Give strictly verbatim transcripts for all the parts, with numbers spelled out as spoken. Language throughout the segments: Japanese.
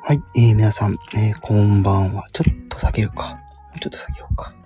はい、えー、皆さん、えー、こんばんは。ちょっと下げるか。もうちょっと下げようか。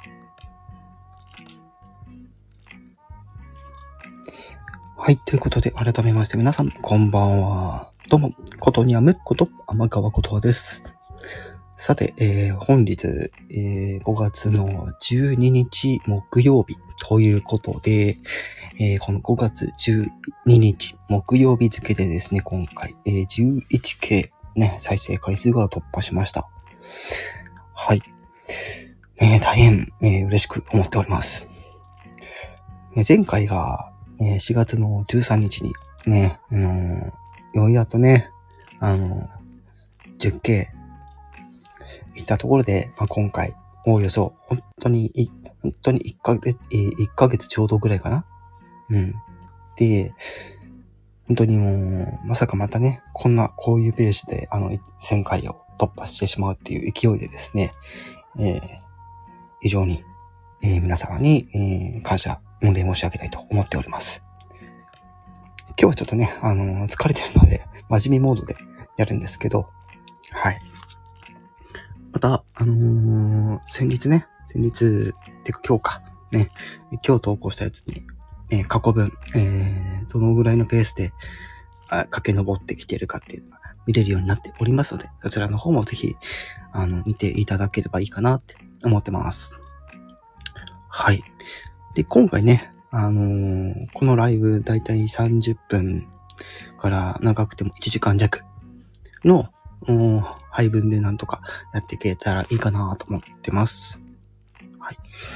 はい、ということで、改めまして皆さん、こんばんは。どうも、ことにゃむこと、天川ことわです。さて、えー、本日、えー、ごがつのじゅうににち木曜日ということで、えー、このごがつじゅうににち木曜日付でですね、今回、えー、じゅういちケー、ね、再生回数が突破しました。はい。えー、大変、えー、嬉しく思っております。えー、前回が、えー、しがつのじゅうさんにちにね、あのー、ようやっとね、あのー、じゅっケー、いったところで、まあ、今回、おおよそ、本当に、本当にいっかげつ、いっかげつちょうどぐらいかな。うん。で、本当にもう、まさかまたね、こんな、こういうペースで、あの、せんかいを突破してしまうっていう勢いでですね、えー、非常に、えー、皆様に、えー、感謝、御礼申し上げたいと思っております。今日はちょっとね、あのー、疲れてるので、真面目モードでやるんですけど、はい。また、あのー、先日ね、先日、てか今日か、ね、今日投稿したやつに、えー、過去分、えー、どのぐらいのペースで、あ駆け上ってきているかっていうのが見れるようになっておりますので、そちらの方もぜひ、あの、見ていただければいいかなって思ってます。はい。で、今回ね、あのー、このライブだいたいさんじゅっぷんから長くてもいちじかんじゃくの配分でなんとかやっていけたらいいかなと思ってます。はい。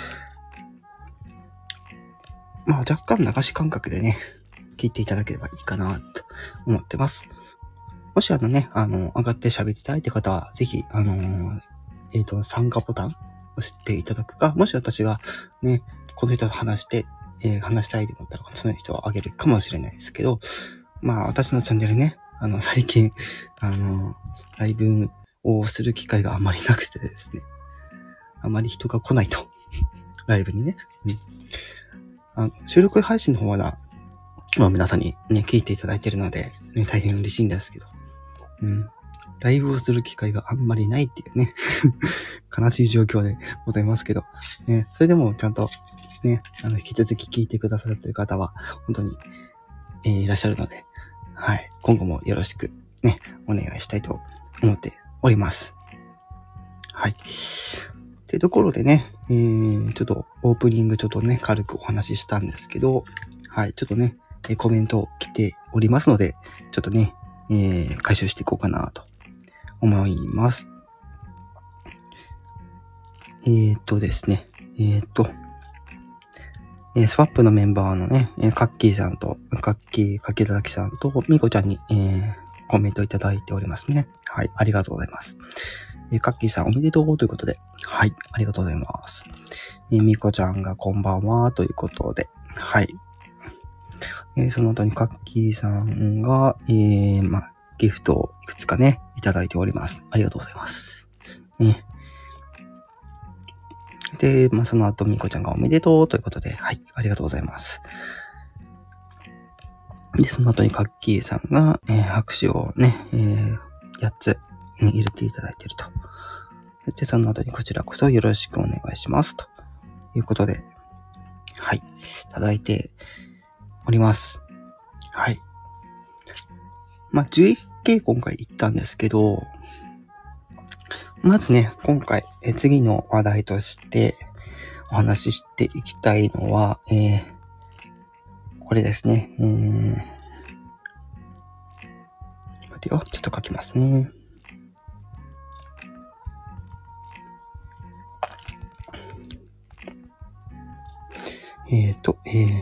まあ若干流し感覚でね、聞いていただければいいかなと思ってます。もしあのね、あの、上がって喋りたいって方は、ぜひ、あのー、えっと、参加ボタンを押していただくか、もし私がね、この人と話して、えー、話したいと思ったら、その人をあげるかもしれないですけど、まあ、私のチャンネルね、あの、最近、あの、ライブをする機会があまりなくてですね、あまり人が来ないと。ライブにね。うん、あの収録配信の方は、まあ、皆さんにね、聞いていただいているので、ね、大変嬉しいんですけど、うん、ライブをする機会があんまりないっていうね、悲しい状況でございますけど、ね、それでもちゃんと、ね、あの、引き続き聞いてくださっている方は、本当に、えー、いらっしゃるので、はい、今後もよろしく、ね、お願いしたいと思っております。はい。ってところでね、えー、ちょっとオープニングちょっとね、軽くお話ししたんですけど、はい、ちょっとね、コメント来ておりますので、ちょっとね、えー、回収していこうかなと思います。えーっとですね、えーっと、えー、スワップのメンバーのね、えー、カッキーさんと、カッキー、かけたたきさんと、みこちゃんに、えー、コメントいただいておりますね。はい、ありがとうございます。えー、カッキーさんおめでとうということで、はい、ありがとうございます。えー、みこちゃんがこんばんはということで、はい。えー、その後にカッキーさんが、えー、まあ、ギフトをいくつかね、いただいております。ありがとうございます。ね。で、まあ、その後、みこちゃんがおめでとうということで、はい、ありがとうございます。で、その後にカッキーさんが、えー、拍手をね、えー、やっつに入れていただいていると。そしてその後にこちらこそよろしくお願いします。ということで、はい、いただいております。はい。まあ、じゅういちケー今回行ったんですけど、まずね、今回、え次の話題としてお話ししていきたいのは、えー、これですね。えー、待てよ、ちょっと書きますね。えーと、えー、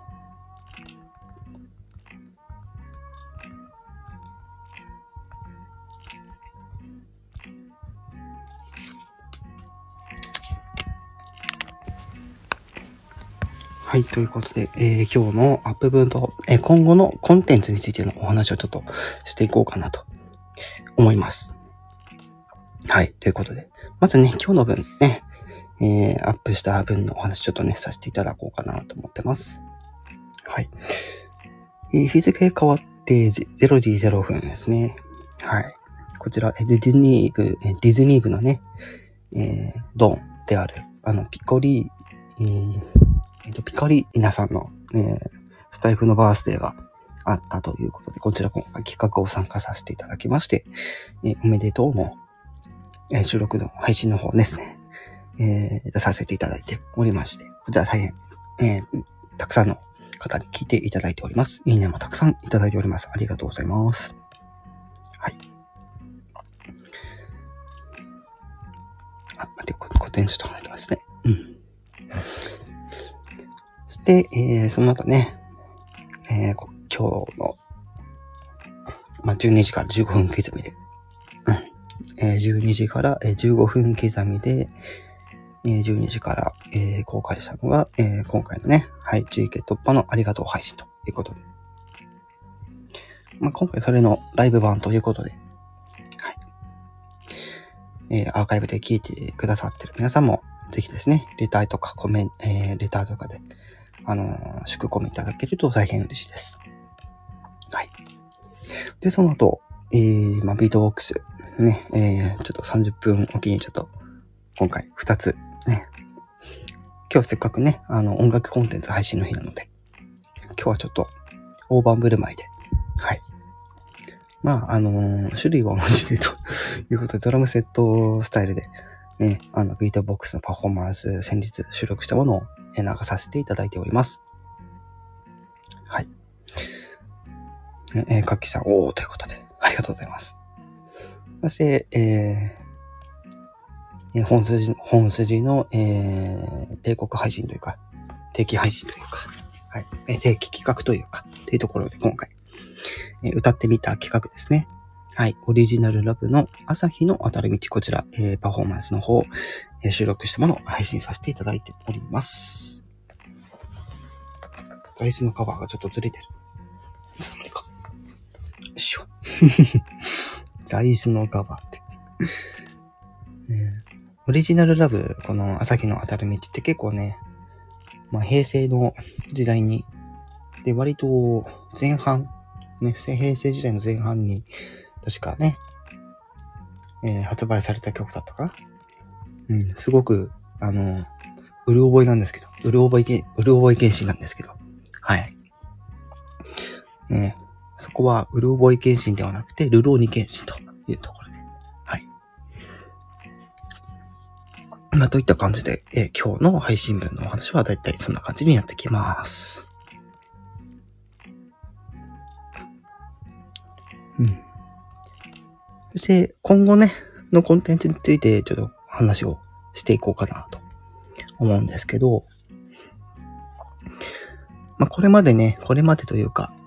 はい、ということで、えー、今日のアップ分と、えー、今後のコンテンツについてのお話をちょっとしていこうかなと思います。はい、ということで、まずね、今日の分ね、えー、アップした分のお話ちょっとね、させていただこうかなと思ってます。はい。えー、日付変わってゼロじゼロふんですね。はい。 こちら、ディズニー部、ディズニー部のね、えー、ドンである、あの、ピコリ、えーえー、とピコリーナさんの、えー、スタイフのバースデーがあったということで、こちら今回企画を参加させていただきまして、えー、おめでとうの、えー、収録の配信の方ですね、えー、出させていただいておりまして、こちら大変、えー、たくさんの方に聞いていただいております。いいねもたくさんいただいております。ありがとうございます。はい。あ、待って、古典ちょっと入りますね。うん。そして、えー、その後ね、えー、今日の、まあ、じゅうにじからじゅうごふん刻みで、うん。えー、じゅうにじからじゅうごふん刻みで、えー、じゅうにじから、えー、公開したのが、えー、今回のね、はい、ジーケー 突破のありがとう配信ということで。まあ、今回それのライブ版ということで、はい。えー、アーカイブで聞いてくださってる皆さんも、ぜひですね、レターとかコメント、えー、レターとかで、あのー、祝コメいただけると大変嬉しいです。はい。で、その後、えー、まあ、ビートボックス、ね、えー、ちょっとさんじゅっぷんおきにちょっと、今回ふたつ、ね、今日せっかくね、あの、音楽コンテンツ配信の日なので、今日はちょっと、大盤振る舞いで、はい。まあ、あのー、種類は同じでということで、ドラムセットスタイルで、ね、あの、ビートボックスのパフォーマンス、先日収録したものを流させていただいております。はい。ね、えー、かっきさん、おーということで、ありがとうございます。そして、えー、本筋、本筋の、えー、帝国配信というか、定期配信というか、はい、えー、定期企画というか、っていうところで今回、えー、歌ってみた企画ですね。はい、オリジナルラブの朝日の当たる道、こちら、えー、パフォーマンスの方、えー、収録したものを配信させていただいております。座椅子のカバーがちょっとずれてる。それか。よいしょ。座椅子のカバーって。ね、オリジナルラブ、この朝日の当たる道って結構ね、まあ平成の時代に、で割と前半、ね、平成時代の前半に、確かね、えー、発売された曲だったかな。うん、すごく、あの、うる覚えなんですけど、うる覚えけ、うる覚え検診なんですけど、はい。ね、そこはうる覚え検診ではなくて、ルローニ検診というところで、はい。まあ、といった感じで、えー、今日の配信分のお話はだいたいそんな感じになってきます。うん。そして、今後ね、のコンテンツについてちょっと話をしていこうかなと思うんですけど、まあ、これまでね、これまでというか、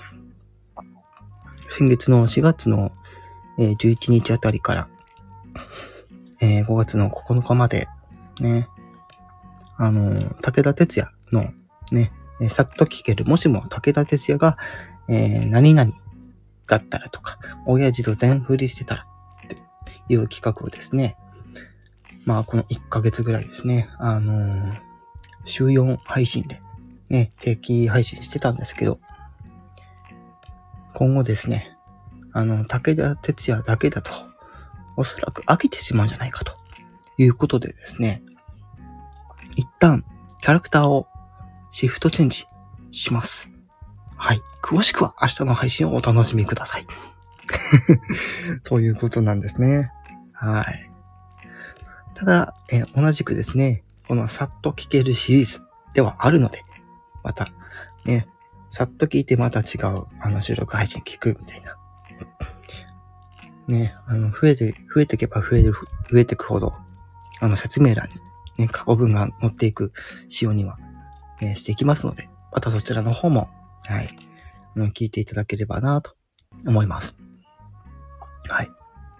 先月のしがつのじゅういちにちあたりから、えー、ごがつのここのかまで、ね、あのー、武田鉄矢のね、さっと聞ける、もしも武田鉄矢が、えー、何々だったらとか、親父と全振りしてたらっていう企画をですね、まあこのいっかげつぐらいですね、あのー、週よん配信でね、定期配信してたんですけど、今後ですね、あの、武田鉄矢だけだと、おそらく飽きてしまうんじゃないかということでですね、一旦キャラクターをシフトチェンジします。はい。詳しくは明日の配信をお楽しみください。ということなんですね。はい。ただ、えー、同じくですね、このさっと聞けるシリーズではあるので、また、ね、さっと聞いてまた違う、あの、収録配信聞くみたいな。ね、あの、増えて、増えていけば増える、増えていくほど、あの、説明欄にね、過去文が載っていく仕様には、えー、していきますので、またそちらの方も、はい、あの聞いていただければなと思います。はい。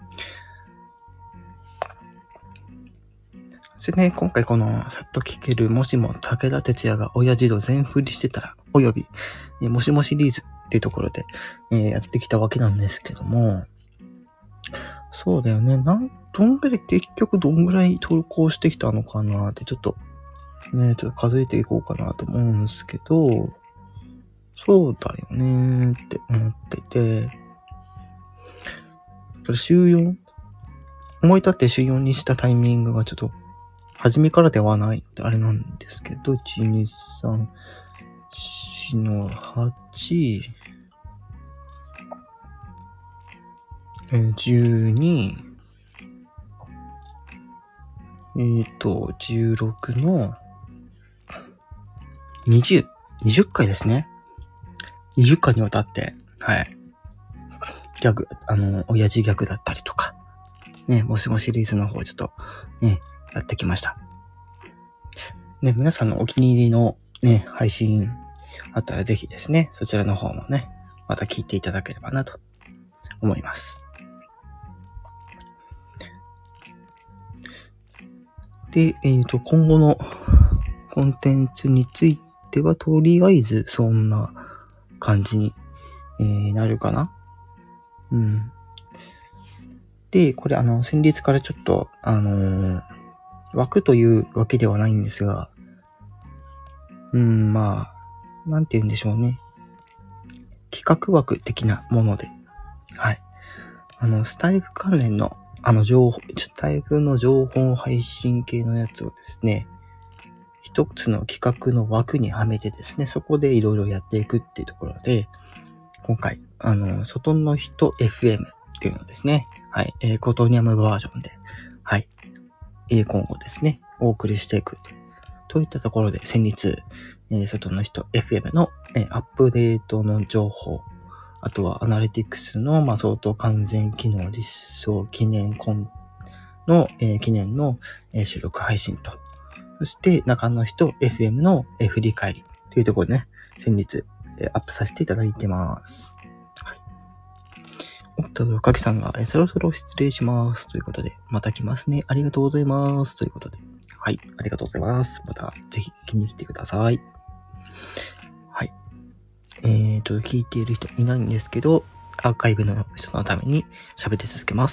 そしてね、今回この、さっと聞ける、もしも武田鉄矢が親父と全振りしてたら、および、えー、もしもシリーズっていうところで、えー、やってきたわけなんですけども、そうだよね。なん、どんぐらい、結局どんぐらい投稿してきたのかなってちょっと、ね、ちょっと数えていこうかなと思うんですけど、そうだよねって思ってて、 これ週よん、思い立って週よんにしたタイミングがちょっと、初めからではないので、あれなんですけど、いち、に、さん、よんのはち、えー、じゅうに、えっと、じゅうろくのにじゅう、にじゅっかいですね。にじゅっかいにわたって、はい。ギャグ、あの、親父ギャグだったりとか、ね、もしもシリーズの方ちょっと、ね、やってきました。ね、皆さんのお気に入りのね、配信あったらぜひですね、そちらの方もね、また聞いていただければなと思います。で、えっと、今後のコンテンツについては、とりあえずそんな感じに、えー、なるかな。うん。で、これあの、先日からちょっと、あのー、枠というわけではないんですが、うん、まあ、なんて言うんでしょうね。企画枠的なもので、はい。あの、スタイフ関連の、あの、情報、スタイフの情報配信系のやつをですね、一つの企画の枠にはめてですね、そこでいろいろやっていくっていうところで、今回、あの、外の人 エフエム っていうのですね、はい、えー、コトニアムバージョンで、はい、えー、今後ですね、お送りしていくと。といったところで、先日、えー、外の人 エフエム の、えー、アップデートの情報、あとはアナリティクスの、まあ、相当完全機能実装記念コンの、えー、記念の、えー、収録配信と、そして中の人 エフエム の、えー、振り返りというところでね、先日、えー、アップさせていただいてます。はい。おっと、かきさんが、えー、そろそろ失礼しますということで、また来ますね。ありがとうございますということで、はい、ありがとうございます。またぜひ聞きに来てください。はい。えーと、聞いている人いないんですけど、アーカイブの人のために喋り続けます。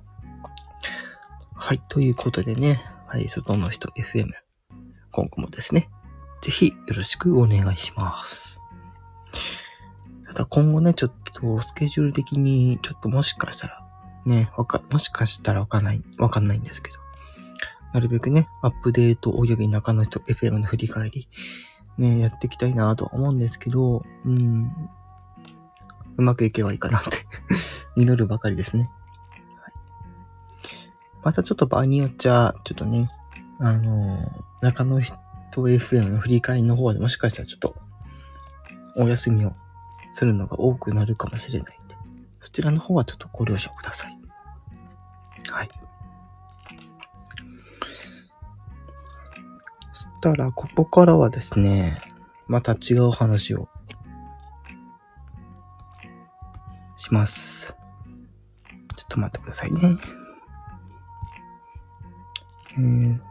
はい、ということでね、はい、外の人 エフエム、今後もですね、ぜひよろしくお願いします。ただ今後ね、ちょっとスケジュール的に、ちょっともしかしたら、ね、わか、もしかしたらわかんない、わかんないんですけど、なるべくね、アップデートおよび中の人 エフエム の振り返り、ね、やっていきたいなと思うんですけど、うん、うまくいけばいいかなって祈るばかりですね。はい、またちょっと場合によっちゃ、ちょっとね、あのー、中の人 エフエム の振り返りの方でもしかしたらちょっとお休みをするのが多くなるかもしれないんで、そちらの方はちょっとご了承ください。はい。そしたら、ここからはですね、また違う話をします。ちょっと待ってくださいね。えー、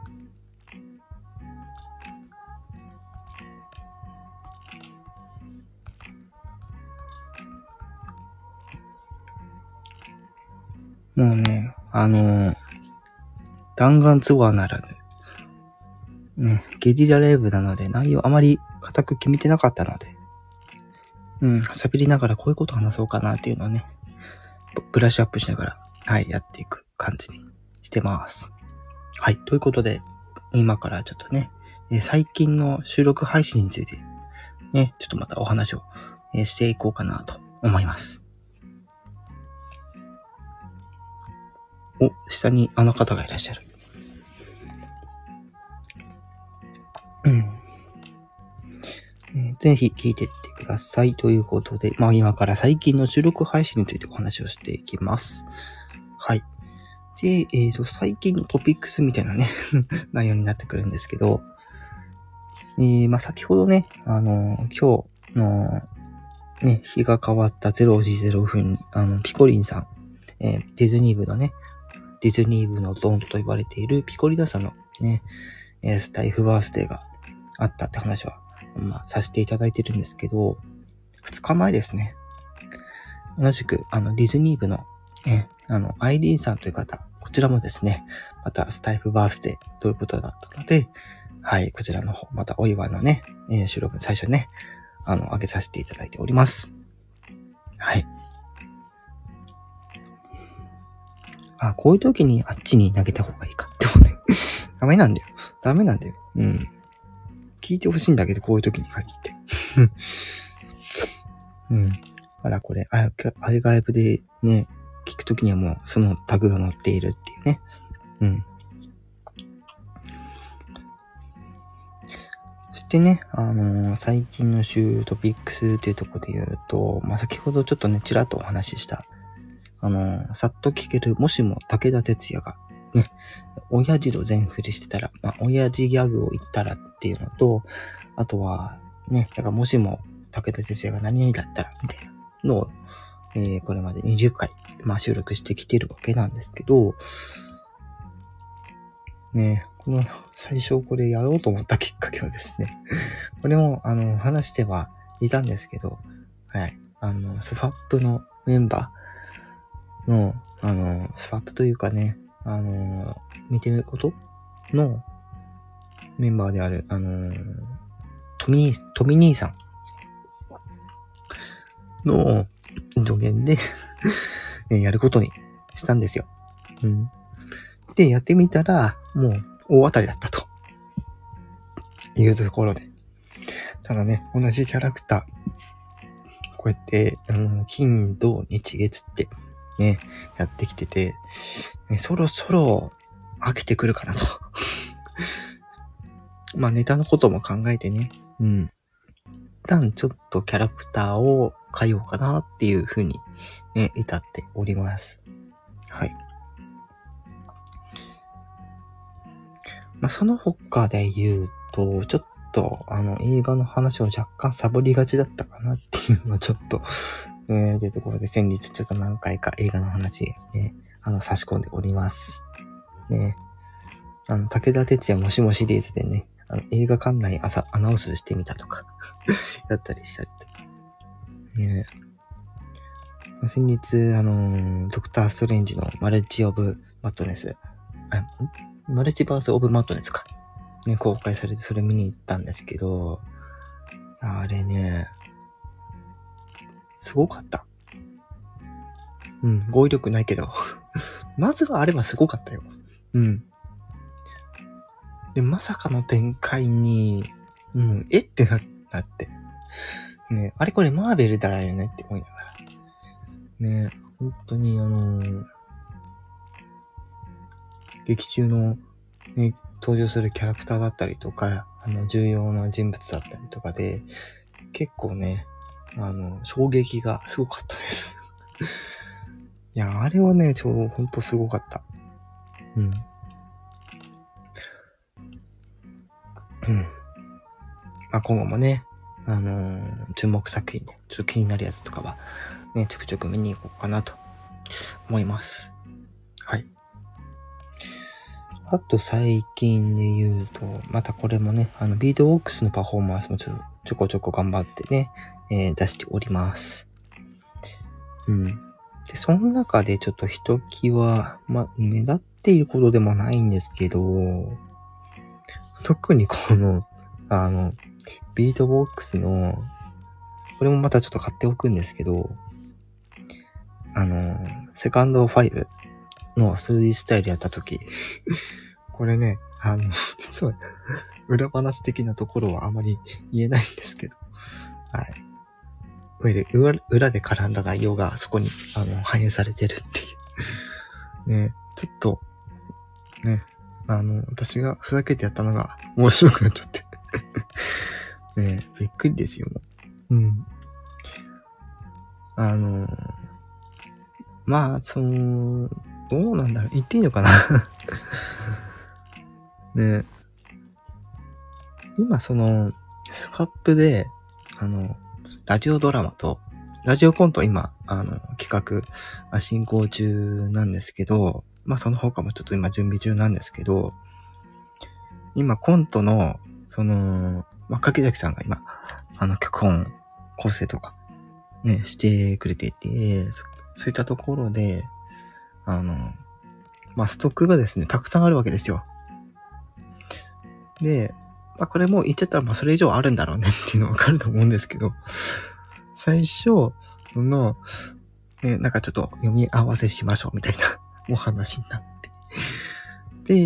もうね、あのー、弾丸ツアーならぬ、ね、ゲリラライブなので内容あまり固く決めてなかったので、うん、喋りながらこういうこと話そうかなっていうのをね、ブラッシュアップしながら、はい、やっていく感じにしてます。はい、ということで、今からちょっとね、えー、最近の収録配信について、ね、ちょっとまたお話を、えー、していこうかなと思います。お、下にあの方がいらっしゃる。うん。えー、ぜひ聞いてってくださいということで、まあ今から最近の収録配信についてお話をしていきます。はい。で、えっと、最近のトピックスみたいなね、内容になってくるんですけど、えー、まあ先ほどね、あの、今日の、ね、日が変わったれいじれいふんに、あの、ピコリンさん、えー、ディズニー部のね、ディズニー部のドンと言われているピコリナさんのね、えー、スタイフバースデーがあったって話は、まあ、させていただいてるんですけど、ふつかまえですね。同じく、あの、ディズニー部の、ね、あの、アイリーンさんという方、こちらもですね、またスタイフバースデーということだったので、はい、こちらの方、またお祝いのね、えー、収録最初ね、あの、上げさせていただいております。はい。 あ、こういう時にあっちに投げた方がいいか。でもね、ダメなんだよ。ダメなんだよ。うん。聞いてほしいんだけど、こういう時に限って。うん。だからこれ、あ、アイガイブでね、聞く時にはもうそのタグが載っているっていうね。うん。そしてね、あのー、最近の週トピックスっていうところで言うと、まあ、先ほどちょっとね、ちらっとお話しした、あのー、さっと聞ける、もしも武田鉄矢が、ね、親父の全振りしてたら、まあ、親父ギャグを言ったらっていうのと、あとは、ね、だからもしも武田鉄矢が何々だったら、みたいなのを、えー、これまでにじゅっかい、まあ、収録してきてるわけなんですけど、ね、この、最初これやろうと思ったきっかけはですね、これも、あの、話してはいたんですけど、はい、あの、スファップのメンバーの、あの、スファップというかね、あの、見てみることのメンバーである、あの、トミー、トミ兄さんの助言でやることにしたんですよ。うん。で、やってみたら、もう大当たりだったというところで。ただね、同じキャラクター、こうやって、あの、金、土、日、月ってね、やってきてて、ね、そろそろ飽きてくるかなと。まあネタのことも考えてね、うん。一旦ちょっとキャラクターを変えようかなっていうふうにね、至っております。はい。まあその他で言うと、ちょっとあの映画の話を若干サボりがちだったかなっていうのはちょっと、えー、というところで先日ちょっと何回か映画の話ね、あの差し込んでおります。ね。あの、武田鉄矢もしもシリーズでね、あの映画館内朝アナウンスしてみたとかやったりしたりとか。ね、先日、あのー、ドクターストレンジのマルチオブマットネス、あ、マルチバースオブマットネスか。ね、公開されてそれ見に行ったんですけど、あれね、すごかった。うん、語彙力ないけど。まずはあれはすごかったよ。うん。で、まさかの展開に、うん、えってな、なって。ね、あれこれマーベルだらよねって思いながら。ね、本当にあのー、劇中の、ね、登場するキャラクターだったりとか、あの、重要な人物だったりとかで、結構ね、あの、衝撃がすごかったです。いや、あれはね、ちょ、ほんとすごかった。うん。うん。まあ、今後もね、あのー、注目作品で、ちょっと気になるやつとかは、ね、ちょくちょく見に行こうかなと思います。はい。あと最近で言うと、またこれもね、あの、ビートボックスのパフォーマンスもちょっとちょこちょこ頑張ってね、えー、出しております。うん。で、その中でちょっとひときわ、ま、目立っていることでもないんですけど、特にこの、あの、ビートボックスの、これもまたちょっと買っておくんですけど、あの、セカンドファイブの スリーディー スタイルやったとき、これね、あの、実は、裏話的なところはあまり言えないんですけど、はい。裏, 裏で絡んだ内容がそこにあの反映されてるっていう。ね、ちょっと、ね、あの、私がふざけてやったのが面白くなっちゃって。ね、びっくりですよ、もう。うん。あの、まあ、その、どうなんだろう、言っていいのかなね。今その、スファップで、あの、ラジオドラマと、ラジオコント今、あの、企画、進行中なんですけど、まあその他もちょっと今準備中なんですけど、今コントの、その、まあ、柿崎さんが今、あの、脚本、構成とか、ね、してくれていて、そ、そういったところで、あの、まあ、ストックがですね、たくさんあるわけですよ。で、まあ、これもう言っちゃったら、まあ、それ以上あるんだろうねっていうのはわかると思うんですけど、最初の、ね、なんかちょっと読み合わせしましょうみたいなお話になって。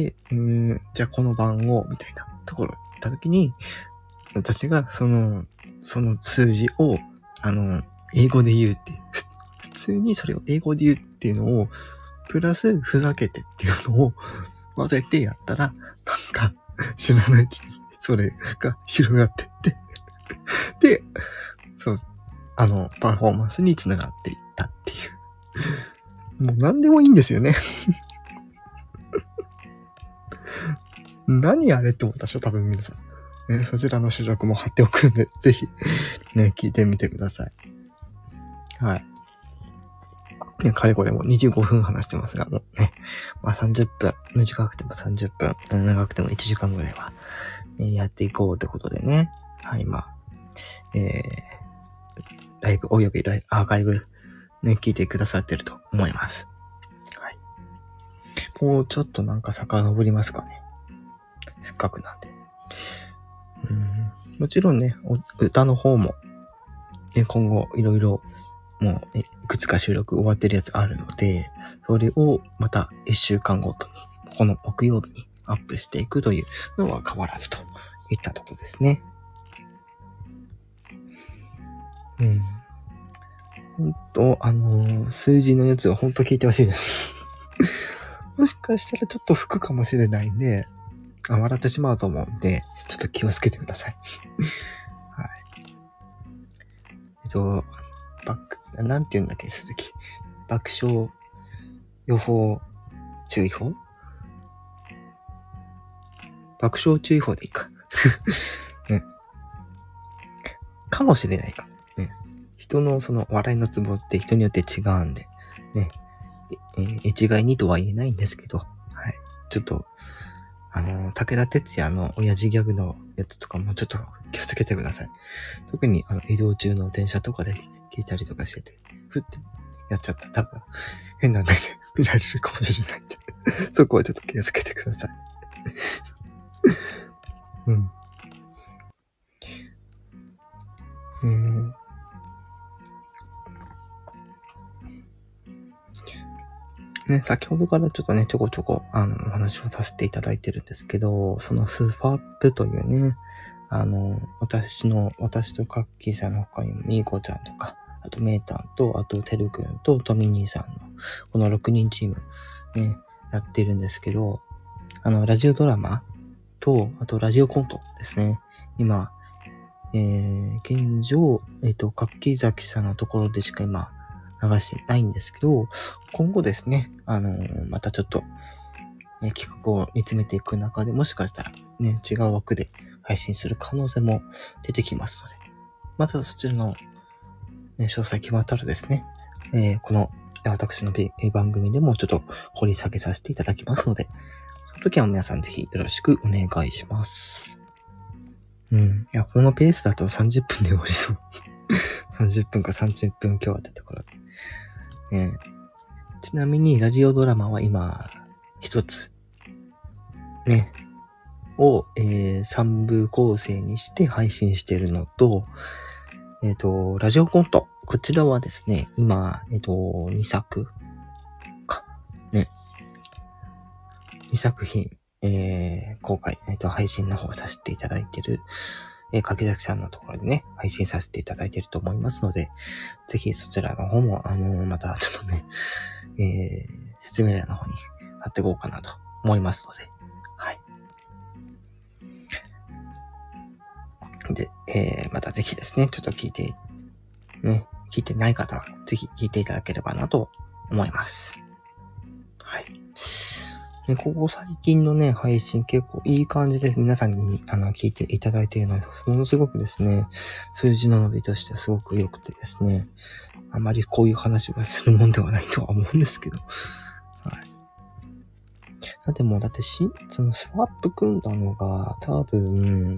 で、うーん、じゃあこの番号みたいなところ行った時に、私がその、その数字を、あの、英語で言うっていう。普通にそれを英語で言うっていうのを、プラスふざけてっていうのを混ぜてやったら、なんか知らないうちにそれが広がってって、で、そう、あの、パフォーマンスにつながっていったっていう。もう何でもいいんですよね。何あれって思ったでしょ多分皆さん。ね、そちらの収録も貼っておくんで、ぜひ、ね、聞いてみてください。はい。ね、かれこれもにじゅうごふん話してますが、もうね、まあさんじゅっぷん、短くてもさんじゅっぷん、長くてもいちじかんぐらいは、ね、やっていこうってことでね。はい、まあ、えー、ライブおよびライアーカイブ、ね、聞いてくださってると思います。はい。もうちょっとなんか遡りますかね。せっかくなんで。うん、もちろんね、歌の方も、ね、今後いろいろもう、ね、いくつか収録終わってるやつあるので、それをまたいっしゅうかんごとに、この木曜日にアップしていくというのは変わらずといったところですね。うん。ほんと、あのー、数字のやつはほんと聞いてほしいです。もしかしたらちょっと吹くかもしれないんで、あ、笑ってしまうと思うんで、ちょっと気をつけてください。はい。えっと、バック、なんて言うんだっけ、鈴木。爆笑予報注意報爆笑注意報でいいか。ね。かもしれないか。ね。人のその笑いのツボって人によって違うんで、ね。えー、一概にとは言えないんですけど、はい。ちょっと、あのー、武田鉄矢の親父ギャグのやつとかもちょっと気をつけてください。特にあの移動中の電車とかで聞いたりとかしてて、ふってやっちゃったら多分変な目で見られるかもしれないんで、そこはちょっと気をつけてください。うん。えーね、先ほどからちょっとね、ちょこちょこ、あの、お話をさせていただいてるんですけど、そのスファップというね、あの、私の、私とカッキーさんの他にも、ミーコちゃんとか、あとメータンと、あとテル君とトミニーさんの、このろくにんチーム、ね、やってるんですけど、あの、ラジオドラマと、あとラジオコントですね。今、えー、現状、えっと、カッキー崎さんのところでしか今、流してないんですけど、今後ですね、あのー、またちょっと、ね、企画を見つめていく中でもしかしたらね、違う枠で配信する可能性も出てきますので、またそちらの、ね、詳細決まったらですね、えー、この私の番組でもちょっと掘り下げさせていただきますので、その時は皆さんぜひよろしくお願いします。うん。いや、このペースだとさんじゅっぷんで終わりそう。さんじゅっぷんかさんじゅっぷん今日あったところで。ね、ちなみに、ラジオドラマは今、一つ、ね、を、えー、三部構成にして配信しているのと、えっと、ラジオコント。こちらはですね、今、えっと、にさくか。ね。にさく品、えー、公開、えっと、配信の方させていただいている、えー、柿崎さんのところでね、配信させていただいていると思いますので、ぜひそちらの方も、あのー、またちょっとね、えー、説明欄の方に貼っていこうかなと思いますので、はい。で、えー、またぜひですね、ちょっと聞いて、ね、聞いてない方は、ぜひ聞いていただければなと思います。はい。ね、ここ最近のね、配信結構いい感じで皆さんにあの聞いていただいているので、ものすごくですね、数字の伸びとしてはすごく良くてですね、あまりこういう話はするもんではないとは思うんですけど、はい。だってもう、だってし、そのスワップ組んだのが多分、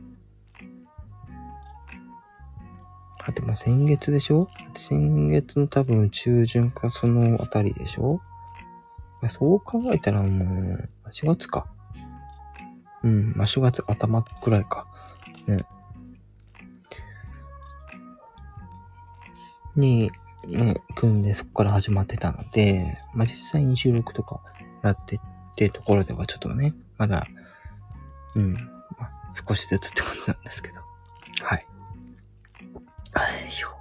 あ、でも先月でしょ？先月の多分中旬かそのあたりでしょ？そう考えたらもう、しがつか。うん、まあ、しがつ頭くらいか。ね。に、 ね、組んでそこから始まってたので、まあ、実際に収録とかやってっていうところではちょっとね、まだ、うん、まあ、少しずつって感じなんですけど。はい。はいよ。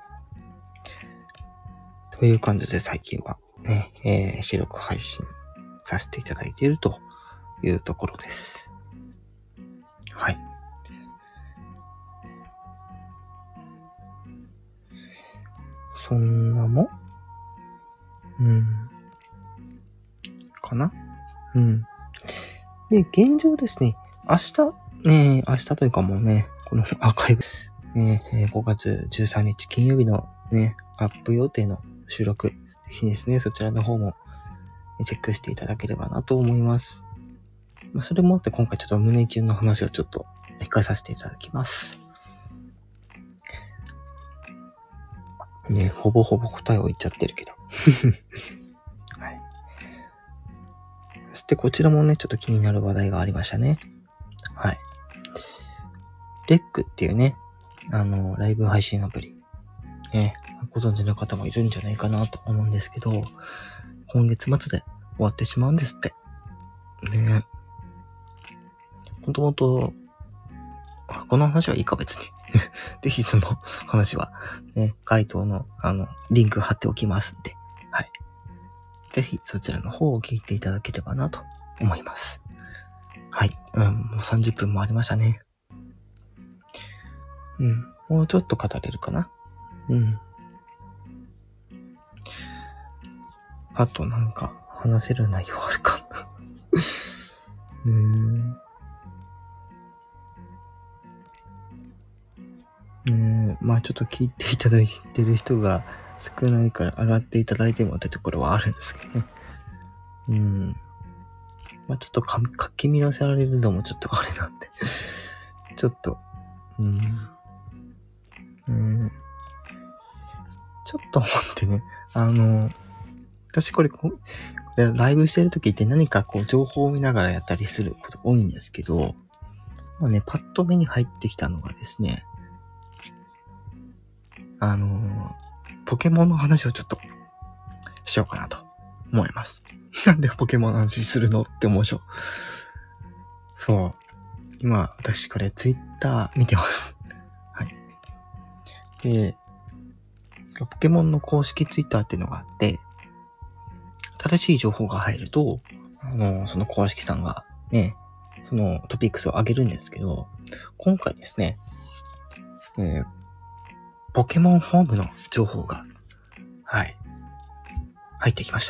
という感じで最近はね、えー、収録配信させていただいているというところです。はい。そんなもんうん。かなうん。で、現状ですね、明日、ね、明日というかもうね、このアーカイブ、ね、ごがつじゅうさんにち金曜日のね、アップ予定の収録、ぜひですね、そちらの方もチェックしていただければなと思います。まあ、それもあって今回ちょっと胸キュンの話をちょっと控えさせていただきます。ね、ほぼほぼ答えを言っちゃってるけど。はい。そしてこちらもね、ちょっと気になる話題がありましたね。はい。レックっていうね、あの、ライブ配信アプリ。ね、ご存知の方もいるんじゃないかなと思うんですけど、今月末で終わってしまうんですって。ね。もともと、この話はいいか別に。ぜひその話は、ね、該当の、あの、リンク貼っておきますんで、はい。ぜひそちらの方を聞いていただければなと思います。はい。うん、もうさんじゅっぷんもありましたね。うん、もうちょっと語れるかな。うん。あとなんか話せる内容あるかな。うーん。ねえ、まあちょっと聞いていただいてる人が少ないから上がっていただいてもってところはあるんですけどね。うん。まあちょっとか、かき乱せられるのもちょっとあれなんで。ちょっと、うん。うん。ちょっと待ってね。あの、私これ、これライブしてる時って何かこう情報を見ながらやったりすること多いんですけど、まあね、パッと目に入ってきたのがですね、あの、ポケモンの話をちょっとしようかなと思います。なんでポケモンの話するのって思うでしょ。そう。今、私これツイッター見てます。はい。で、ポケモンの公式ツイッターっていうのがあって、新しい情報が入ると、あの、その公式さんがね、そのトピックスを上げるんですけど、今回ですね、えー、ポケモンホームの情報が、はい、入ってきました。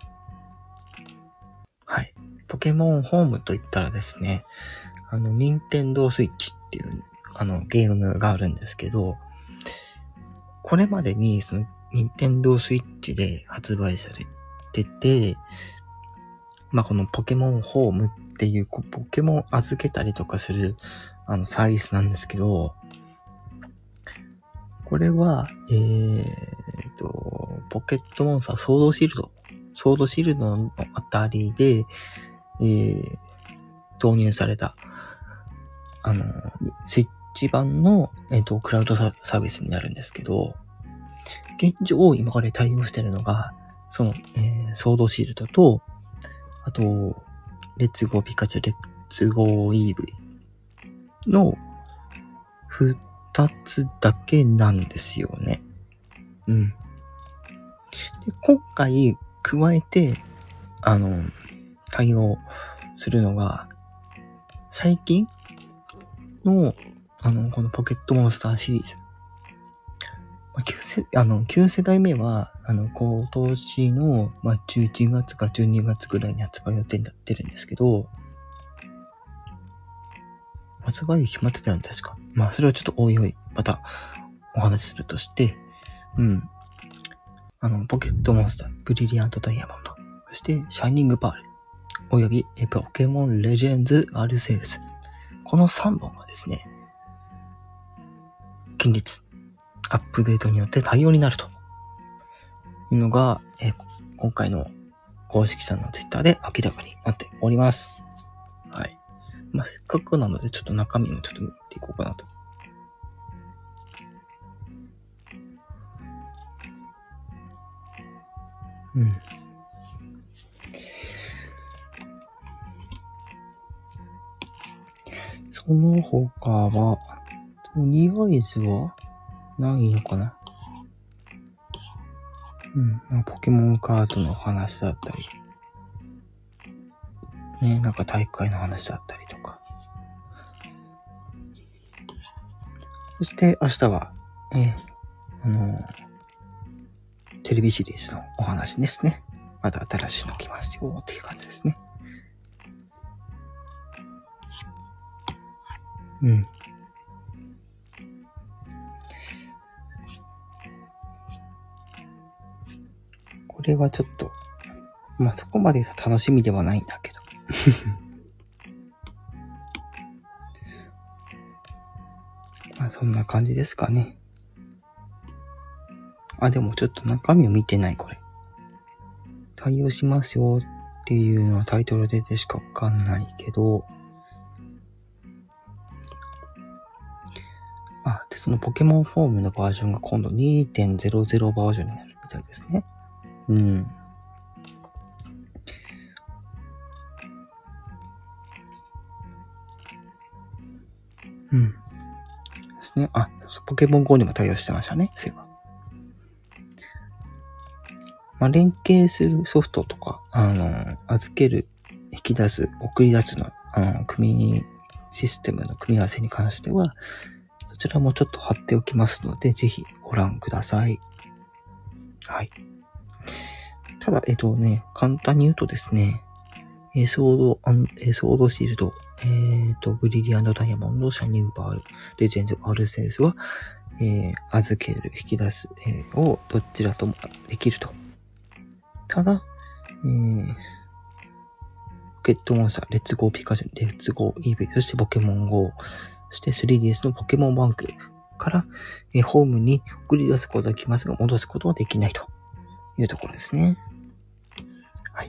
はい。ポケモンホームといったらですね、あの、ニンテンドースイッチっていう、あの、ゲームがあるんですけど、これまでに、その、ニンテンドースイッチで発売されてて、まあ、このポケモンホームっていう、ポケモン預けたりとかする、あの、サービスなんですけど、これは、えーと、ポケットモンスターソードシールド、ソードシールドのあたりで、えー、導入された、あの、スイッチ版の、えっと、クラウドサービスになるんですけど、現状、今から対応してるのが、その、えー、ソードシールドと、あと、レッツゴーピカチュウ、レッツゴーイーブイの二つだけなんですよね。うん。で、今回、加えて、あの、対応するのが、最近の、あの、このポケットモンスターシリーズ。まあ、きゅう世、あの、きゅう世代目は、あの、今年の、まあ、じゅういちがつかじゅうにがつぐらいに発売予定になってるんですけど、発売日決まってたよね、確か。まあ、それはちょっとおいおい、またお話しするとして、うん。あの、ポケットモンスター、ブリリアントダイヤモンド、そして、シャイニングパール、および、ポケモンレジェンズアルセウス。このさんぼんがですね、近日、アップデートによって対応になるというのが、えー、今回の公式さんのツイッターで明らかになっております。はい。まあ、せっかくなのでちょっと中身をちょっと見ていこうかなと。 うん。その他は、とりあえずは、ないのかな。うん。まあ、ポケモンカードの話だったり、ね、なんか大会の話だったりとか。そして明日は、えー、あのー、テレビシリーズのお話ですね。また新しいの来ますよっていう感じですね。うん。これはちょっと、まあ、そこまで楽しみではないんだけど。まあ、そんな感じですかね。あ、でもちょっと中身を見てない、これ。対応しますよっていうのはタイトルでしかわかんないけど、あ、で、そのポケモンフォームのバージョンが今度 にてんゼロゼロ バージョンになるみたいですね。うん。うん。ですね。あ、ポケモン ゴー にも対応してましたね。そういえば。まあ、連携するソフトとか、あの、預ける、引き出す、送り出すの、あの、組み、システムの組み合わせに関しては、そちらもちょっと貼っておきますので、ぜひご覧ください。はい。ただ、えっとね、簡単に言うとですね、えー、ソード、えー、ソードシールド、えっと、ブリリアントダイヤモンド、シャイニングパール、レジェンド、アルセウスは、えー、預ける、引き出す、えー、をどちらともできると。ただ、えー、ポケットモンスター、レッツゴーピカチュウ、レッツゴーイーブイ、そしてポケモン ゴー、そして スリーディーエス のポケモンバンクから、えー、ホームに送り出すことができますが、戻すことはできないというところですね。はい。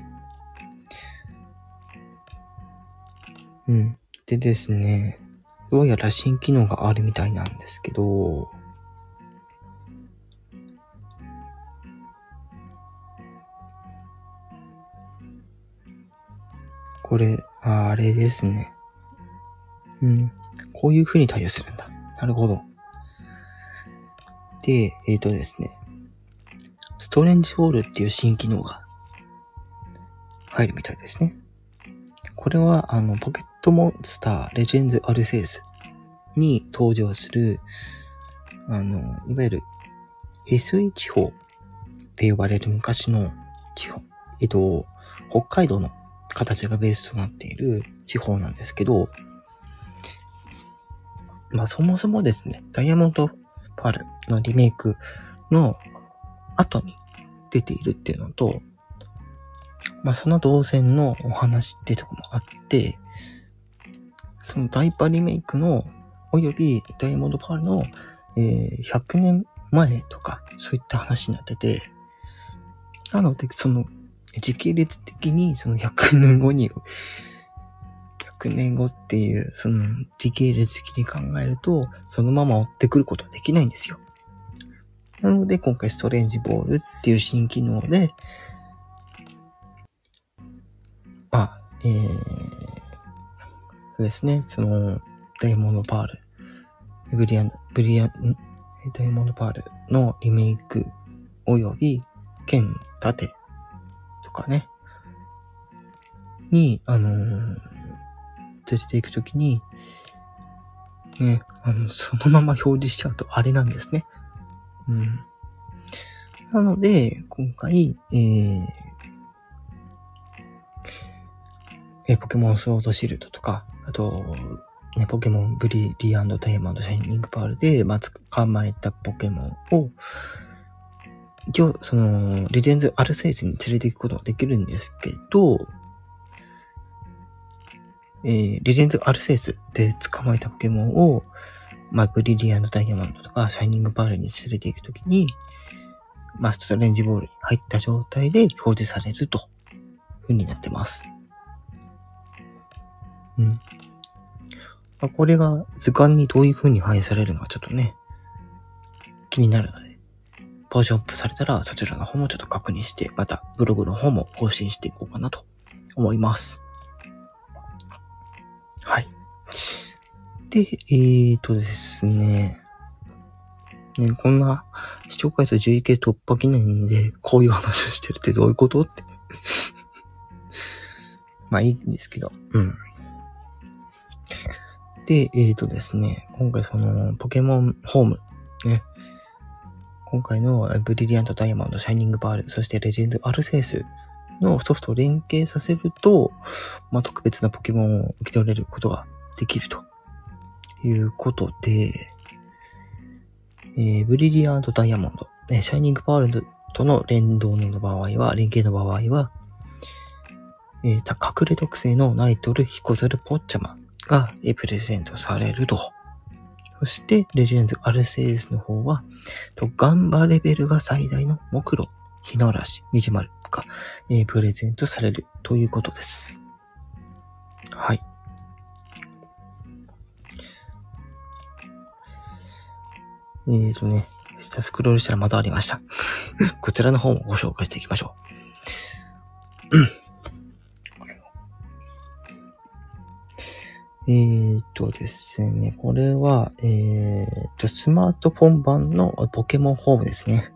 うん。でですね、どうやら新機能があるみたいなんですけど、これ、あれですね。うん。こういう風に対応するんだ。なるほど。で、えっとですね。ストレンジボールっていう新機能が入るみたいですね。これは、あの、ポケットモンスターレジェンズアルセウスに登場する、あの、いわゆる、ヘスイ地方って呼ばれる昔の地方、えっと、北海道の形がベースとなっている地方なんですけど、まあそもそもですね、ダイヤモンドパールのリメイクの後に出ているっていうのと、まあその同線のお話っていうところもあって、そのダイパリメイクのおよびダイヤモンドパールの、えー、ひゃくねんまえとかそういった話になってて、なのでその時系列的にそのひゃくねんごにひゃくねんごっていうその時系列的に考えるとそのまま追ってくることはできないんですよ。なので今回ストレンジボールっていう新機能で、まあ、えー、そうですね、そのダイヤモンドパール、ブリアン、ブリアン、ダイヤモンドパールのリメイクおよび剣盾とかね、に、あのー、連れて行くときに、ね、あの、そのまま表示しちゃうとあれなんですね。うん。なので、今回、えー、えポケモンソードシールドとか、あと、ね、ポケモンブリリアンドダイヤモンドシャイニングパールで、まず構えたポケモンを、一応、その、レジェンズアルセウスに連れて行くことができるんですけど、えー、レジェンズアルセウスで捕まえたポケモンを、まあ、ブリリアンドダイヤモンドとか、シャイニングパールに連れて行くときに、まあ、ストレンジボールに入った状態で表示されると、風になってます。うん。まあ、これが図鑑にどういう風に反映されるのかちょっとね、気になるので、 バージョンアップされたら、そちらの方もちょっと確認して、またブログの方も更新していこうかなと思います。はい。で、えーとですね。ね、こんな視聴回数 じゅういちケー 突破記念でこういう話をしてるってどういうことって。まあいいんですけど。うん。で、えーとですね。今回そのポケモンホーム。ね。今回のブリリアントダイヤモンド、シャイニングパール、そしてレジェンドアルセウスのソフトを連携させると、まあ特別なポケモンを受け取れることができるということで、えー、ブリリアントダイヤモンド、えー、シャイニングパールとの連動の場合は、連携の場合は、えー、隠れ特性のナイトル、ヒコザル、ポッチャマが、えー、プレゼントされると。そして、レジェンドアルセウスの方は、とガンバレベルが最大のモクロ、ヒノラシ、ミジマルが、えー、プレゼントされるということです。はい。えーとね、下スクロールしたらまたありました。こちらの方もご紹介していきましょう。えーとですね、これは、えーと、スマートフォン版のポケモンホームですね。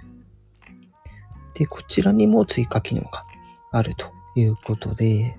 で、こちらにも追加機能があるということで、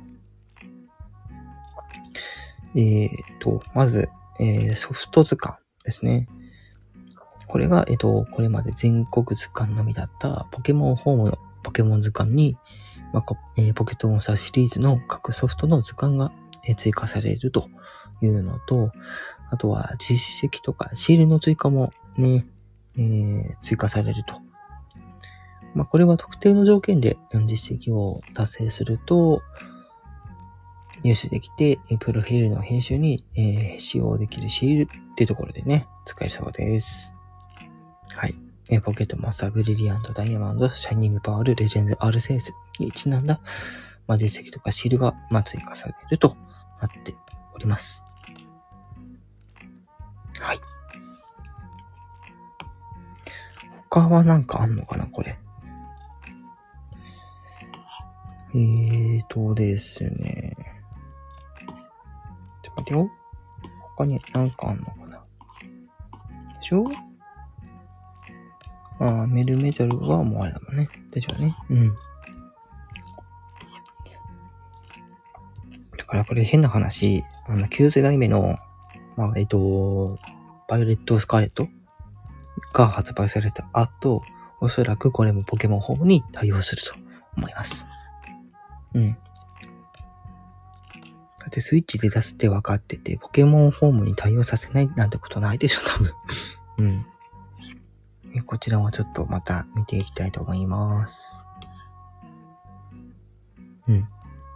えーと、まず、えー、ソフト図鑑ですね。これが、えっと、これまで全国図鑑のみだったポケモンホームのポケモン図鑑に、まあえー、ポケットモンスターシリーズの各ソフトの図鑑が、えー、追加されるというのと、あとは実績とかシールの追加もね、えー、追加されると。まあ、これは特定の条件で実績を達成すると、入手できて、プロフィールの編集に、えー、使用できるシールっていうところでね、使えそうです。はい。えー、ポケットモンスターブリリアントダイヤモンド、シャイニングパール、レジェンドアルセウスにちなんだ、まあ、実績とかシールが、まあ、追加されるとなっております。はい。他はなんかあんのかな、これ。えーとですね。ちょっと待ってよ。他になんかあんのかな。でしょ？あー、メルメタルはもうあれだもんね。大丈夫ね。うん。だからこれ変な話、あの、きゅう世代目の、まあ、えっと、バイオレット・スカーレットが発売された後、おそらくこれもポケモンホームに対応すると思います。うん。だってスイッチで出すって分かってて、ポケモンホームに対応させないなんてことないでしょ、多分。うん。こちらはちょっとまた見ていきたいと思います。うん。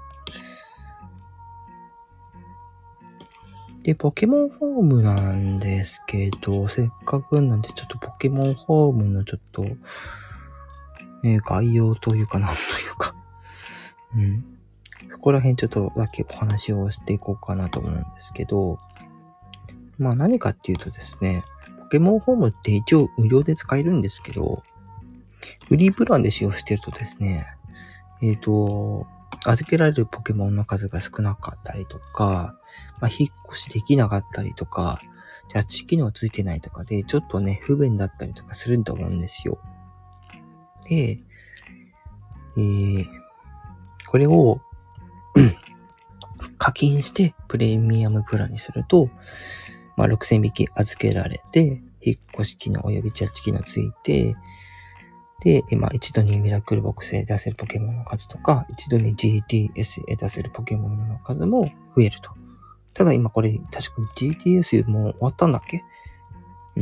で、ポケモンホームなんですけど、せっかくなんでちょっとポケモンホームのちょっと、えー、概要というかなんというか、うん。そこら辺ちょっとだけお話をしていこうかなと思うんですけど、まあ何かっていうとですね、ポケモンホームって一応無料で使えるんですけど、フリープランで使用してるとですね、えっと、預けられるポケモンの数が少なかったりとか、まあ、引っ越しできなかったりとか、ジャッジ機能ついてないとかで、ちょっとね、不便だったりとかすると思うんですよ。で、えー、これを課金してプレミアムプランにすると、まあ、ろくせんびき預けられて、引っ越し機能及びジャッジ機能ついて、で、今一度にミラクルボックスへ出せるポケモンの数とか、一度に ジーティーエス へ出せるポケモンの数も増えると。ただ今これ確か ジーティーエス もう終わったんだっけ？うん。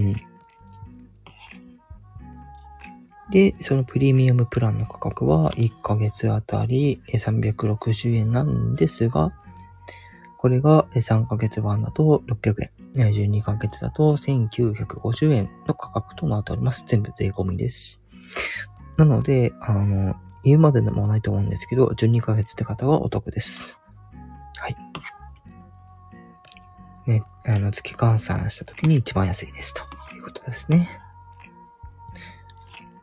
で、そのプレミアムプランの価格はいっかげつあたりさんびゃくろくじゅうえんなんですが、これがさんかげつ版だとろっぴゃくえん、じゅうにかげつだとせんきゅうひゃくごじゅうえんの価格となっております。全部税込みです。なので、あの、言うまででもないと思うんですけど、じゅうにかげつって方はお得です。はい。ね、あの、月換算した時に一番安いですということですね。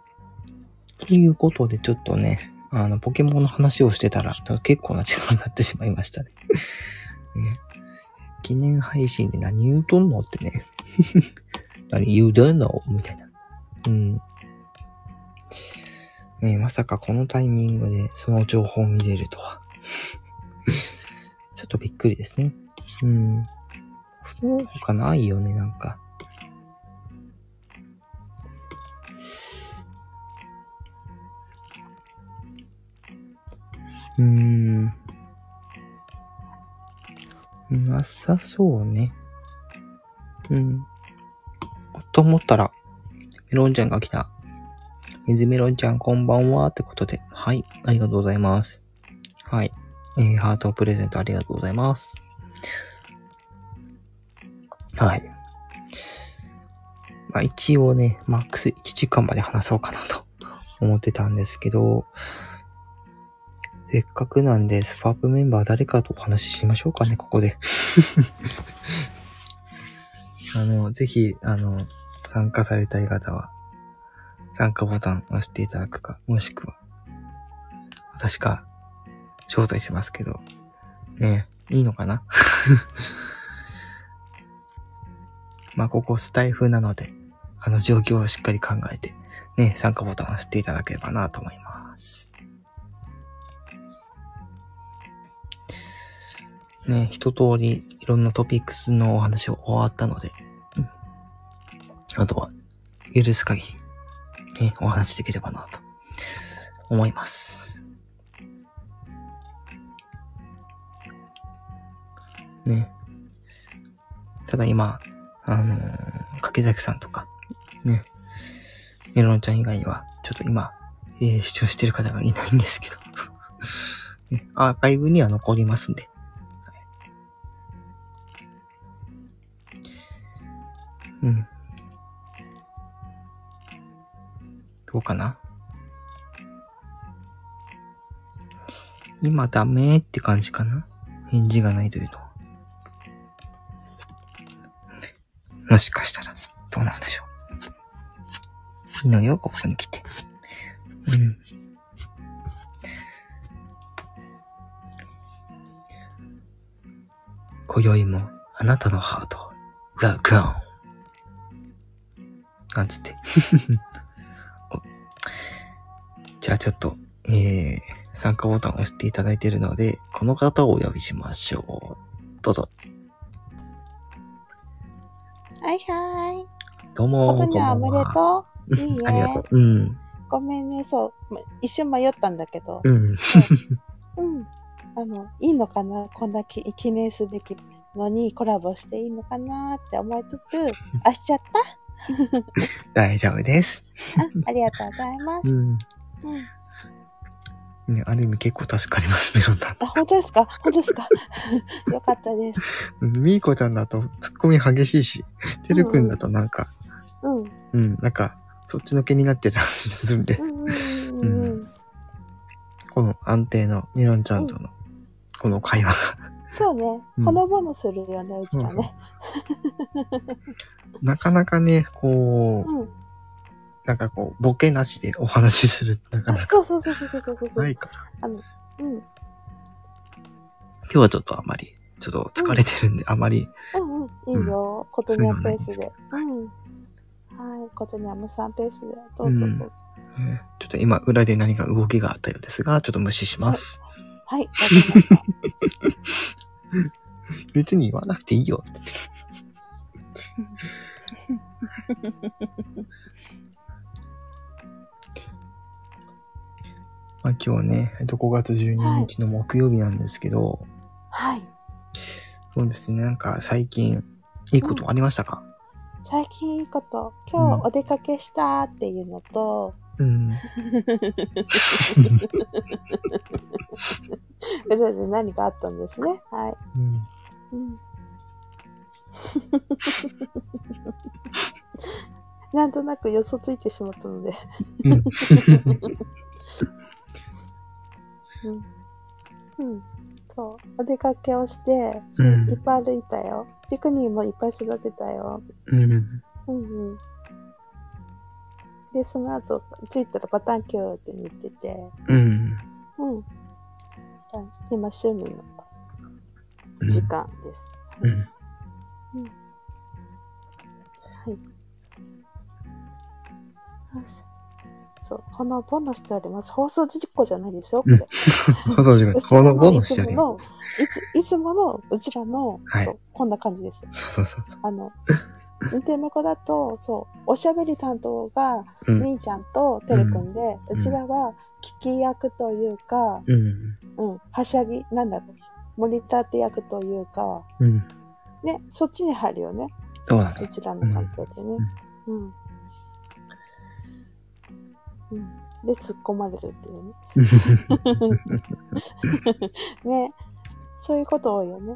ということで、ちょっとね、あの、ポケモンの話をしてたら、結構な時間になってしまいましたね。ね、記念配信で何言うとんのってね。何言うとんのみたいな。うん。ね、まさかこのタイミングでその情報を見れるとは。ちょっとびっくりですね。うん。そうかないよね、なんか。うーん。なさそうね。うん。と思ったら、メロンちゃんが来た。水メロンちゃんこんばんはってことで。はい。ありがとうございます。はい。えー、ハートプレゼントありがとうございます。はい。まあ一応ね、マックスいちじかんまで話そうかなと思ってたんですけど、せっかくなんでスパープメンバー誰かとお話ししましょうかね、ここで。あの、ぜひ、あの、参加されたい方は、参加ボタンを押していただくか、もしくは、私が招待しますけど、ね、いいのかなまあ、ここスタイフなので、あの、状況をしっかり考えて、ね、参加ボタンを押していただければなと思います。ね、一通りいろんなトピックスのお話を終わったので、うん、あとは、許す限り、ね、お話しできればなと思います。ね。ただ今、あのー、掛崎さんとか、ね、メロンちゃん以外には、ちょっと今、えー、視聴してる方がいないんですけど、ね、アーカイブには残りますんで、うん。どうかな？今ダメって感じかな？返事がないというのは。もしかしたら、どうなんでしょう。いいのよ、ここに来て。うん。今宵もあなたのハート、ラクオン。なんつって。じゃあちょっと、えー、参加ボタンを押していただいているので、この方をお呼びしましょう。どうぞ。 はいはい。 どうもー、 ことにはおめでとう。いいえ。 ありがとう。うん。 ごめんね、そう。一瞬迷ったんだけど。 うん。うん。 あの、いいのかな、こんなき記念すべきのにコラボしていいのかなって思いつつ、あ、しちゃった大丈夫です。 あ、ありがとうございます。 うん。 うんね、ある意味結構助かります、メロンさん。 あ、本当ですか本当ですかよかったです。 みーこちゃんだとツッコミ激しいし、てるくんだとなんか、 うん、うん。 うん、なんか、そっちのけになってたりするんで、 うんうんうんうん、 この安定のメロンちゃんとの、この会話が。 そうね、ほのぼのするよね、うちらね。そうそうなかなかね、こう、うん、なんかこう、ボケなしでお話しする、なかなか。 そうそうそうそうそうそうそう。 ないから。 あの、うん。今日はちょっとあまり、ちょっと疲れてるんで、うん、あまり。 うんうん、いいよ。ことにゃペースで。うん。はい、ことにゃむさんペースで。どうぞどうぞ。うんね、ちょっと今、裏で何か動きがあったようですが、ちょっと無視します。 はい、わ、はい、かりました。 別に言わなくていいよって。まあ今日ね、ごがつじゅうににちの木曜日なんですけど、 はい。 そうですね、なんか最近、いいことありましたか？ うん、最近いいこと、今日お出かけしたっていうのと、うん。裏で何かあったんですね。はい。うん。うん、なんとなく予想ついてしまったので。うん。うん。そう。お出かけをして、うん、いっぱい歩いたよ。ピクニーもいっぱい育てたよ。うん。うんうん。 で、その後、着いたらバタンキューって寝てて、 うん。 うん。今、趣味の時間です。 うん。 うん。はい。よし。そう、このボノしております。放送事故じゃないですよ、これ。 放送事故。このボノしております。 いつ、いつものうちらの、 はい、 そうこんな感じです。 そうそうそう。 あの、インテメコだと、そう、おしゃべり担当が、うん、みーちゃんとてるくんで、うん、うちらは聞き役というか、うん、うん、はしゃぎ、なんだろう、モニターって役というか、うん、ね、そっちに入るよね。 そうだね。 うちらの関係でね。うん。うんうん、で、突っ込まれるっていうね。ね。そういうこと多いよね。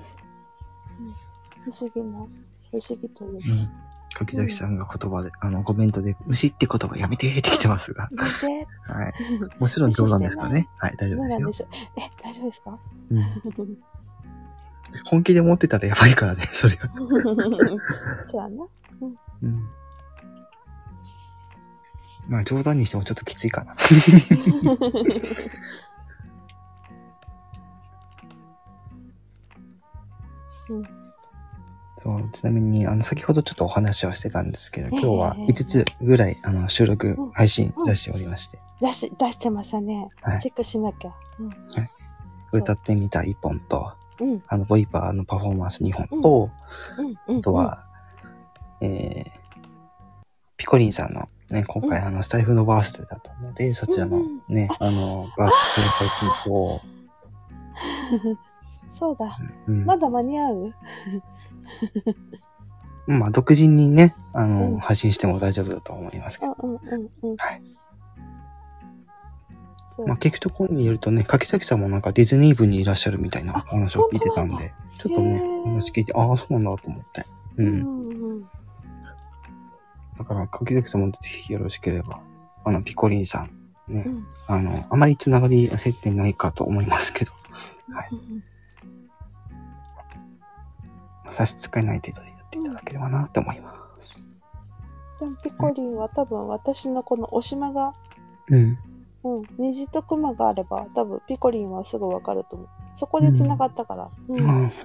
うん、不思議な、不思議というか。うん柿崎さんが言葉で、うん、あの、コメントで、虫って言葉やめてって来てますが。 やめて。 はい。もちろん冗談ですからね。はい、大丈夫ですよ。 ですえ、大丈夫ですか？ うん。本気で思ってたらやばいからね、それは。 そうやな。うん。うん、 まあ、冗談にしてもちょっときついかな。うんそう、ちなみに、あの、先ほどちょっとお話はしてたんですけど、今日はいつつぐらい、あの、収録、うん、配信出しておりまして。 出し、出してましたね。はい。チェックしなきゃ。うん。はい。 歌ってみたいっぽんと、 うん、 あの、ボイパーのパフォーマンスにほんと、うん、あとは、うん、えー、ピコリンさんのね、今回、うん、あの、スタイフのバースデーだったので、そちらのね、うん、あの、バースデー配信と、 そうだ、うん。まだ間に合うまあ、独自にね、あの、うん、配信しても大丈夫だと思いますけど。うんうんうんうん、はい。まあ、聞くところによるとね、柿崎さんもなんかディズニー部にいらっしゃるみたいなお話を聞いてたんで、ちょっとね、話聞いて、ああ、そうなんだと思って。うん。うんうん、だから、柿崎さんもぜひよろしければ、あの、ピコリンさん、ね、うん、あの、あまりつながり接点ないかと思いますけど、はい。うん差し支えない程度でやっていただければなって思います。 でもピコリンは多分私のこのおしまが、 うん。 うん、虹とクマがあれば多分ピコリンはすぐわかると思う。そこで繋がったから。うん。うん。うん、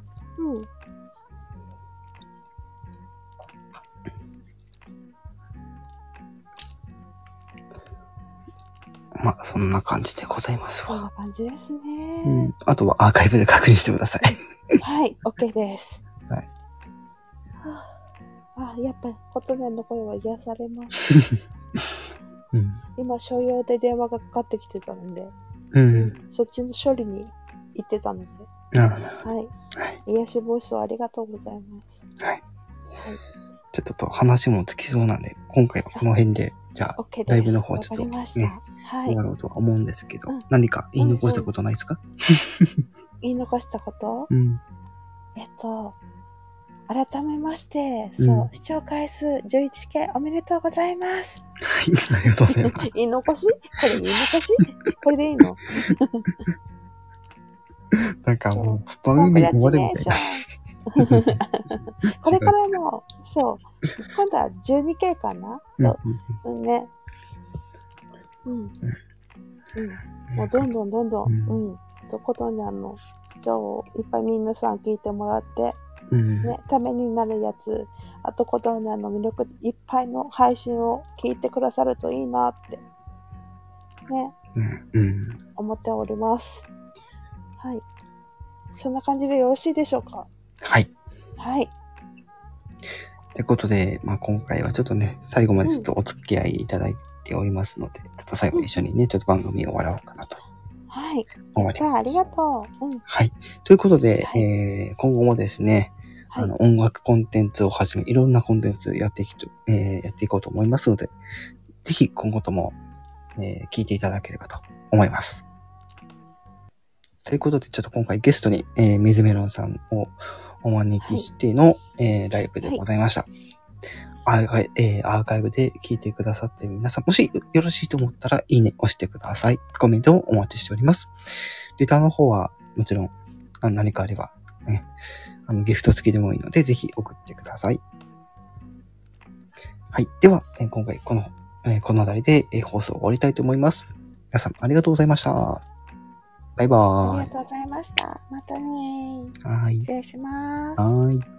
まあ、そんな感じでございますわ。 そんな感じですね。 うん。あとはアーカイブで確認してください。 はい、OK です。 はい。 はあ、あ、やっぱり、ことねんの声は癒されます。うん、今、所用で電話がかかってきてたので、 うん、 そっちの処理に行ってたので、 なるほど。 はい。はい、癒しボイスをありがとうございます。 はい。はい、ちょっとと話もつきそうなんで、今回はこの辺で、じゃあ、ライブの方はちょっと、ね、終わろうとは思うんですけど、うん、何か言い残したことないですか？ うんうん、言い残したこと、 うん、 えっと、改めまして、そう、うん、視聴回数じゅういちけいおめでとうございます。 はい、ありがとうございます。 言い残し？これ言い残し？これでいいの？ なんかもう、番組終わるみたいな。 これからも、そう、今度はじゅうにけいかな、うん、ね。うん。うん。もうどんどんどんどん、うん。とことにあの、じゃあ、いっぱい皆さん聞いてもらって、うん、ね、ためになるやつ、あとことにあの魅力いっぱいの配信を聞いてくださるといいなって、ね、 うん、 思っております。はい。そんな感じでよろしいでしょうか？ はい。 はい。 ってことで、まあ今回はちょっとね、最後までちょっとお付き合いいただいておりますので、うん、ちょっと最後一緒にね、ちょっと番組を終わろうかなと。 はい。終わります。ありがとう。うん。 はい。ということで、はい、えー、今後もですね、はい、あの、音楽コンテンツをはじめ、いろんなコンテンツやっていくと、えー、やっていこうと思いますので、ぜひ今後とも、えー、聞いていただければと思います。ということで、ちょっと今回ゲストに、えー、水メロンさんをお招きしての、はい、えー、ライブでございました。はい、アーカイ、えー、アーカイブで聞いてくださっている皆さん、もしよろしいと思ったら、いいね押してください。コメントをお待ちしております。レターの方は、もちろん、あの何かあれば、ね、あの、ギフト付きでもいいので、ぜひ送ってください。 はい。では、えー今回この、えーこのあたりで、えー放送を終わりたいと思います。皆さんありがとうございました。バイバーイ。 ありがとうございました。またね。 はい。 失礼します。 はい。